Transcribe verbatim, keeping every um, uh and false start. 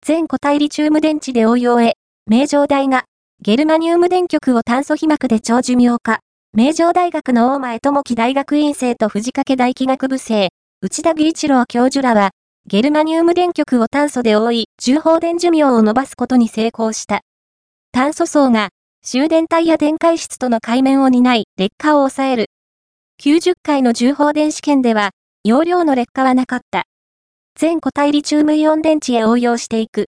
全固体リチウム電池で応用へ、名城大が、ゲルマニウム電極を炭素被膜で超寿命化。名城大学の大前智樹大学院生と藤掛大気学部生、内田義一郎教授らは、ゲルマニウム電極を炭素で覆い、充放電寿命を伸ばすことに成功した。炭素層が、集電体や電解質との界面を担い、劣化を抑える。きゅうじゅっかいの充放電試験では、容量の劣化はなかった。全固体リチウムイオン電池へ応用していく。